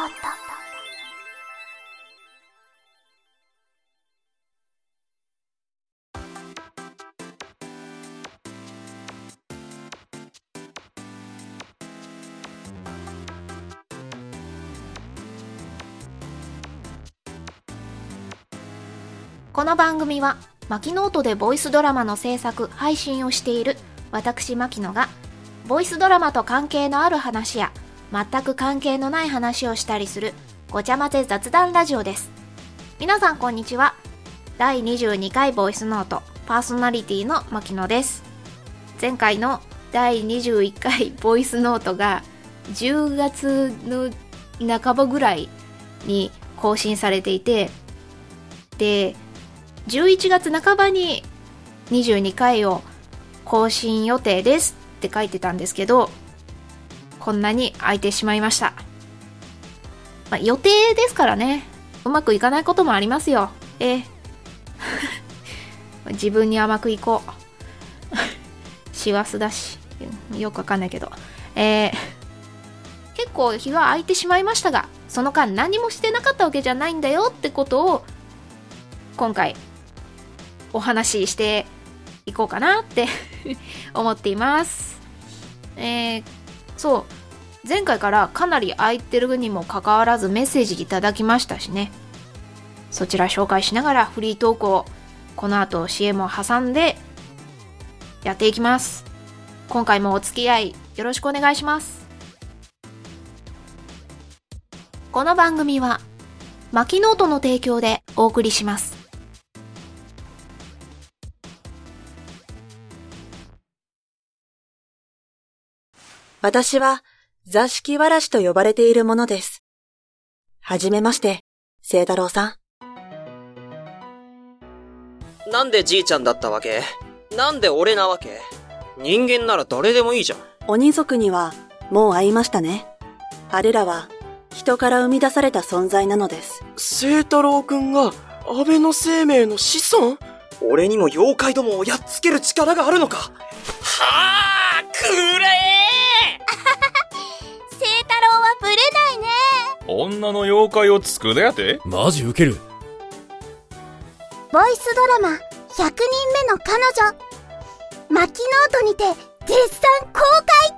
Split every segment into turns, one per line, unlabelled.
この番組はマキノートでボイスドラマの制作・配信をしている私マキノがボイスドラマと関係のある話や全く関係のない話をしたりするごちゃ混ぜ雑談ラジオです。皆さんこんにちは。第22回ボイスノートパーソナリティのマキノです。前回の第21回ボイスノートが10月の半ばぐらいに更新されていて、で11月半ばに22回を更新予定ですって書いてたんですけど、こんなに空いてしまいました。予定ですからね、うまくいかないこともありますよ。自分に甘くいこう。師走だし、よくわかんないけど、結構日が空いてしまいましたが、その間何もしてなかったわけじゃないんだよってことを今回お話ししていこうかなって思っています。そう、前回からかなり空いてるにもかかわらずメッセージいただきましたしね。そちら紹介しながらフリートークをこの後 CM を挟んでやっていきます。今回もお付き合いよろしくお願いします。この番組はマキノートの提供でお送りします。
私は座敷わらしと呼ばれているものです。はじめまして、清太郎さ
ん。なんでじいちゃんだったわけ？なんで俺なわけ？人間なら誰でもいいじゃん。
鬼族にはもう会いましたね。あれらは人から生み出された存在なのです。
清太郎くんが安倍の生命の子孫？
俺にも妖怪どもをやっつける力があるのか？はあ、くれ
清太郎はブレないね。
女の妖怪を作れやて？
マジウケる。
ボイスドラマ100人目の彼女、マキノートにて絶賛公開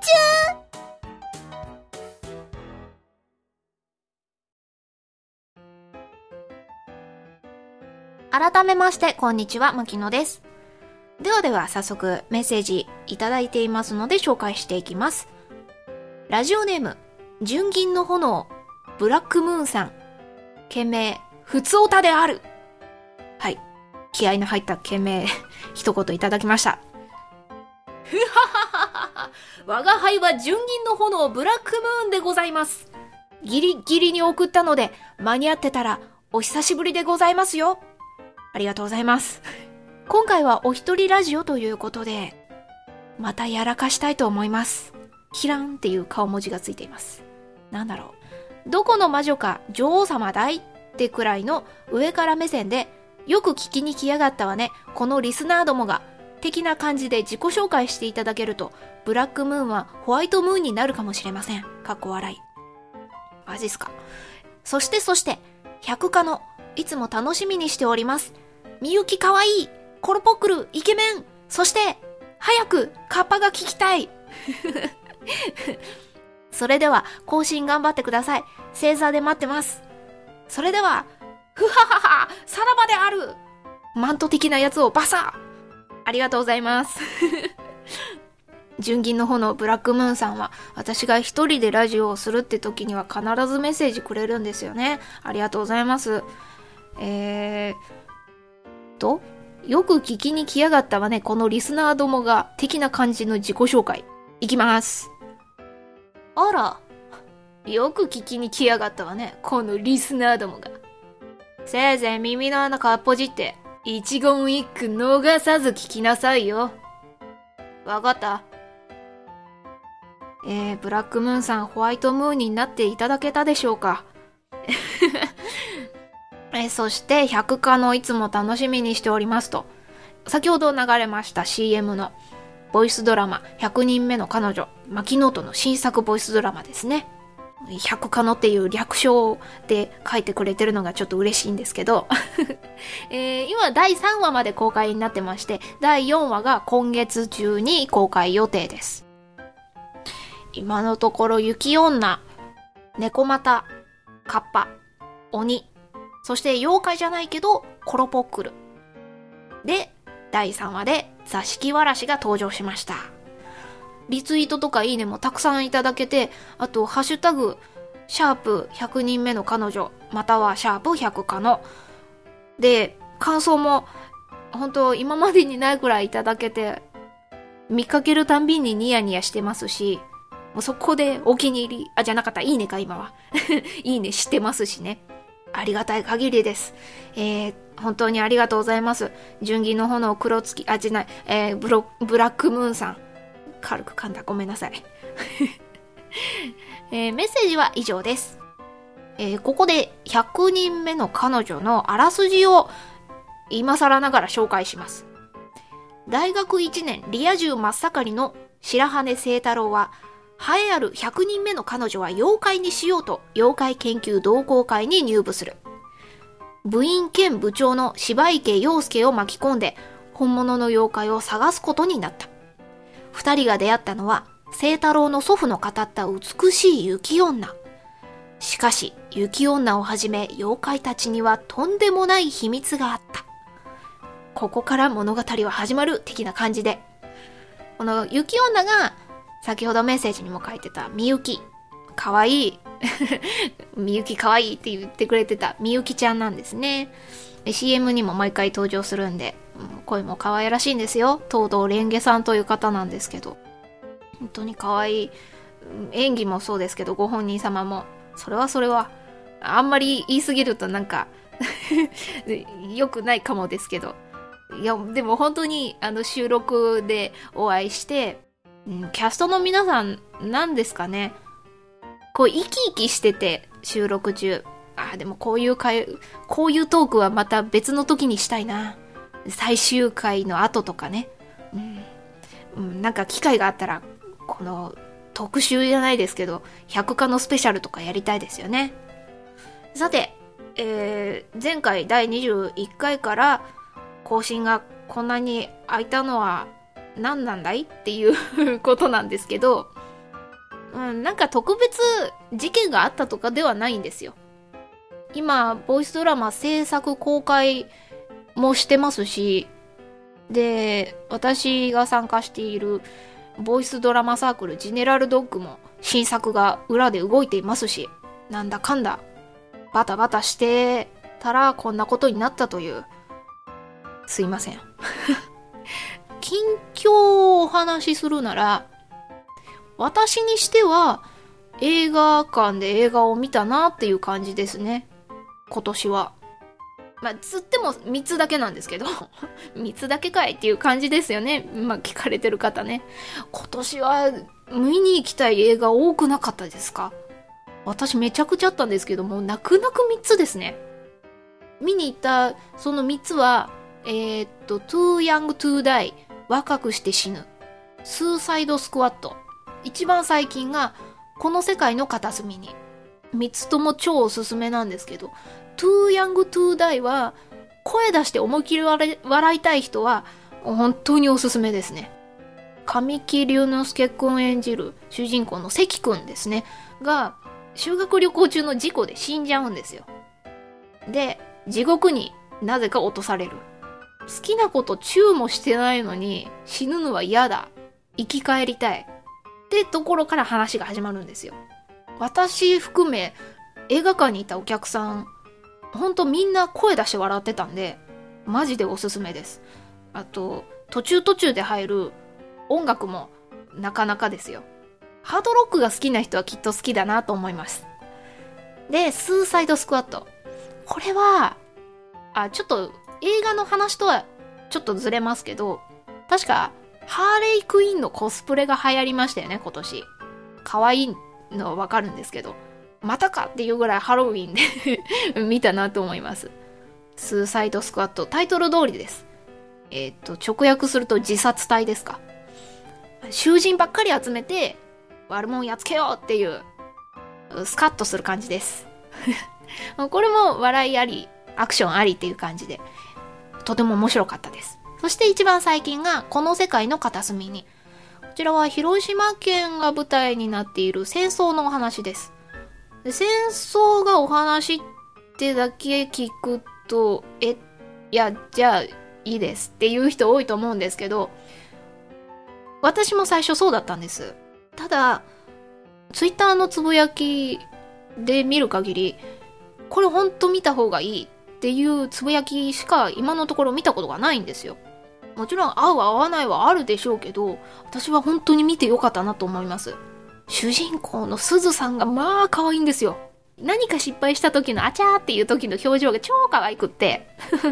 中。改めましてこんにちは、マキノです。では早速メッセージいただいていますので紹介していきます。ラジオネーム純銀の炎ブラックムーンさん、件名ふつおたである。はい、気合の入った件名一言いただきました。ふはははは、我が輩は純銀の炎ブラックムーンでございます。ギリギリに送ったので間に合ってたらお久しぶりでございますよ。ありがとうございます。今回はお一人ラジオということでまたやらかしたいと思います。キランっていう顔文字がついています。なんだろう、どこの魔女か女王様だいってくらいの上から目線で、よく聞きに来やがったわねこのリスナーどもが的な感じで自己紹介していただけると、ブラックムーンはホワイトムーンになるかもしれません。かっこ笑い。マジっすか。そして100課のいつも楽しみにしております。みゆきかわいい、コロポックルイケメン、そして早くカッパが聞きたい。それでは更新頑張ってください。正座で待ってます。それではふははは、さらばである。マント的なやつをバサッ。ありがとうございます。純銀の炎ブラックムーンさんは私が一人でラジオをするって時には必ずメッセージくれるんですよね。ありがとうございます。よく聞きに来やがったわねこのリスナーどもが的な感じの自己紹介いきます。あら、よく聞きに来やがったわねこのリスナーどもが。せいぜい耳の穴かっぽじって一言一句逃さず聞きなさいよ。わかった。ブラックムーンさんホワイトムーンになっていただけたでしょうか。そして100課のいつも楽しみにしておりますと、先ほど流れました CM のボイスドラマ100人目の彼女、マキノートの新作ボイスドラマですね。 100カノっていう略称で書いてくれてるのがちょっと嬉しいんですけど、今第3話まで公開になってまして、第4話が今月中に公開予定です。今のところ雪女、猫又、カッパ、鬼、そして妖怪じゃないけどコロポックルで、第3話で座敷わらしが登場しました。リツイートとかいいねもたくさんいただけて、あとハッシュタグシャープ100人目の彼女、またはシャープ100カノで、感想も本当今までにないくらいいただけて、見かけるたんびにニヤニヤしてますし、もうそこでお気に入り、じゃなかった、いいねか今は。いいねしてますしね。ありがたい限りです。本当にありがとうございます。純銀の炎黒月、ブラックムーンさん。軽く噛んだ。ごめんなさい。メッセージは以上です。ここで100人目の彼女のあらすじを今更ながら紹介します。大学1年リア充真っ盛りの白羽清太郎は、栄えある100人目の彼女は妖怪にしようと妖怪研究同好会に入部する。部員兼部長の芝池陽介を巻き込んで本物の妖怪を探すことになった。二人が出会ったのは清太郎の祖父の語った美しい雪女。しかし雪女をはじめ妖怪たちにはとんでもない秘密があった。ここから物語は始まる的な感じで、この雪女が先ほどメッセージにも書いてたみゆき、かわいいみゆきかわいいって言ってくれてたみゆきちゃんなんですね。CM にも毎回登場するんで、声も可愛らしいんですよ。東堂蓮華さんという方なんですけど、本当に可愛い。演技もそうですけど、ご本人様もそれはあんまり言い過ぎるとなんか良くないかもですけど、いやでも本当に収録でお会いして、キャストの皆さんなんですかね、こう生き生きしてて、収録中でもこういうトークはまた別の時にしたいな。最終回の後とかね、なんか機会があったらこの特集じゃないですけど100カノスペシャルとかやりたいですよね。さて、前回第21回から更新がこんなに空いたのは何なんだいっていうことなんですけど、なんか特別事件があったとかではないんですよ。今ボイスドラマ制作公開もしてますし、で私が参加しているボイスドラマサークルジェネラルドッグも新作が裏で動いていますし、なんだかんだバタバタしてたらこんなことになったという、すいません近況をお話しするなら、私にしては映画館で映画を見たなっていう感じですね、今年は。つっても3つだけなんですけど3つだけかいっていう感じですよね。聞かれてる方ね。今年は見に行きたい映画多くなかったですか？私めちゃくちゃあったんですけども、泣く泣く3つですね。見に行ったその3つはToo Young to Die、 若くして死ぬ、スーサイドスクワット、一番最近がこの世界の片隅に。3つとも超おすすめなんですけど、Too Young to Die は声出して思いっきり笑いたい人は本当におすすめですね。神木隆之介くん演じる主人公の関くんですねが、修学旅行中の事故で死んじゃうんですよ。で地獄になぜか落とされる。好きなことチューもしてないのに死ぬのは嫌だ、生き返りたいってところから話が始まるんですよ。私含め映画館にいたお客さんほんとみんな声出して笑ってたんで、マジでおすすめです。あと途中で入る音楽もなかなかですよ。ハードロックが好きな人はきっと好きだなと思います。でスーサイドスクワット、これはちょっと映画の話とはちょっとずれますけど、確かハーレイクイーンのコスプレが流行りましたよね今年。可愛いのはわかるんですけど、またかっていうぐらいハロウィンで見たなと思います。スーサイドスクワット、タイトル通りです。直訳すると自殺隊ですか。囚人ばっかり集めて悪者やっつけようっていうスカッとする感じです。これも笑いあり、アクションありっていう感じで、とても面白かったです。そして一番最近が、この世界の片隅に。こちらは広島県が舞台になっている戦争のお話です。で、戦争がお話ってだけ聞くと、いや、じゃあいいですっていう人多いと思うんですけど、私も最初そうだったんです。ただ、ツイッターのつぶやきで見る限り、これほんと見た方がいいっていうつぶやきしか今のところ見たことがないんですよ。もちろん合う合わないはあるでしょうけど、私は本当に見てよかったなと思います。主人公のすずさんがまあ可愛いんですよ。何か失敗した時のあちゃーっていう時の表情が超可愛くって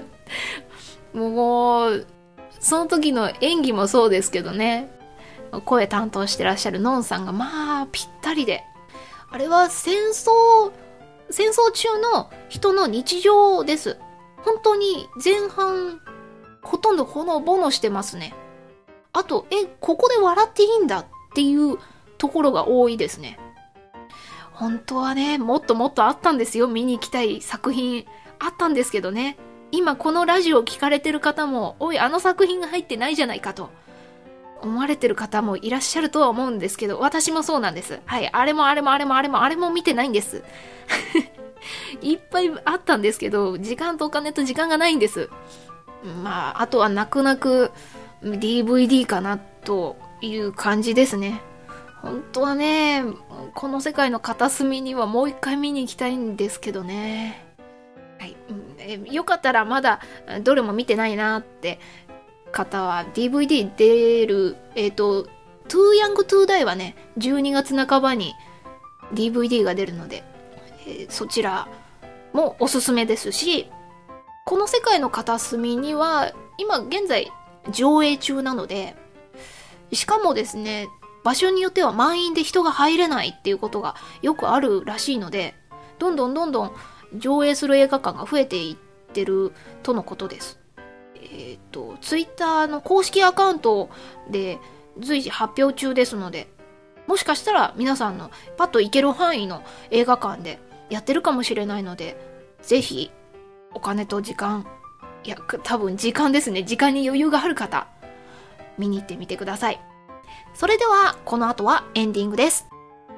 もうその時の演技もそうですけどね、声担当してらっしゃるのんさんがまあぴったりで、あれは戦争中の人の日常です。本当に前半ほとんどほのぼのしてますね。あとここで笑っていいんだっていうところが多いですね。本当はね、もっともっとあったんですよ。見に行きたい作品あったんですけどね、今このラジオを聞かれてる方も、おいあの作品が入ってないじゃないかと思われてる方もいらっしゃるとは思うんですけど、私もそうなんです。はい、あれも見てないんですいっぱいあったんですけど、時間とお金と時間がないんです。まああとは泣く泣く DVD かなという感じですね。本当はね、この世界の片隅にはもう一回見に行きたいんですけどね。はい、よかったらまだどれも見てないなって方は DVD 出るToo Young to Die はね、12月半ばに DVD が出るので、そちらもおすすめですし、この世界の片隅には今現在上映中なので、しかもですね、場所によっては満員で人が入れないっていうことがよくあるらしいので、どんどん上映する映画館が増えていってるとのことです。ツイッターの公式アカウントで随時発表中ですので、もしかしたら皆さんのパッと行ける範囲の映画館でやってるかもしれないので、ぜひお金と時間、いや多分時間ですね、時間に余裕がある方見に行ってみてください。それではこの後はエンディングです。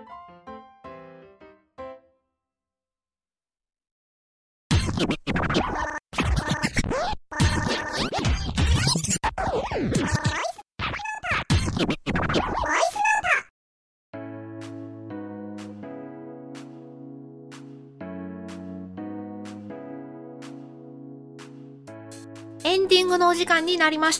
エンディングのお時間になりました。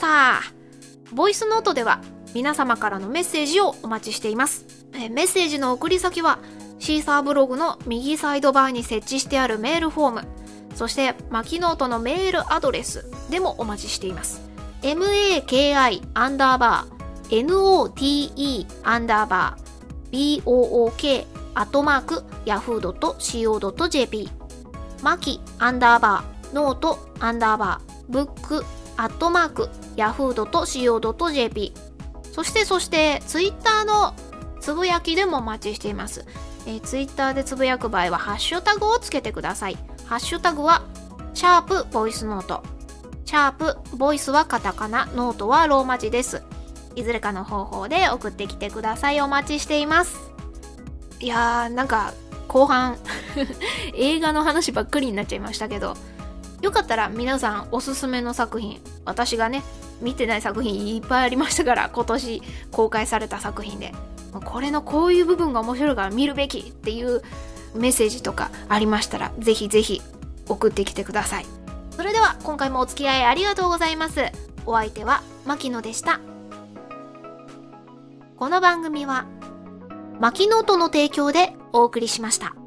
ボイスノートでは皆様からのメッセージをお待ちしています。メッセージの送り先はシーサーブログの右サイドバーに設置してあるメールフォーム、そしてマキノートのメールアドレスでもお待ちしています。maki_note_book@yahoo.co.jp マキ_book@yahoo.co.jp そしてツイッターのつぶやきでもお待ちしています。ツイッターでつぶやく場合はハッシュタグをつけてください。ハッシュタグはボイスノート、ボイスはカタカナ、ノートはローマ字です。いずれかの方法で送ってきてください。お待ちしています。いやー、なんか後半映画の話ばっかりになっちゃいましたけど、よかったら皆さんおすすめの作品、私がね見てない作品いっぱいありましたから、今年公開された作品でこれのこういう部分が面白いから見るべきっていうメッセージとかありましたら、ぜひぜひ送ってきてください。それでは今回もお付き合いありがとうございます。お相手は牧野でした。この番組はマキノートの提供でお送りしました。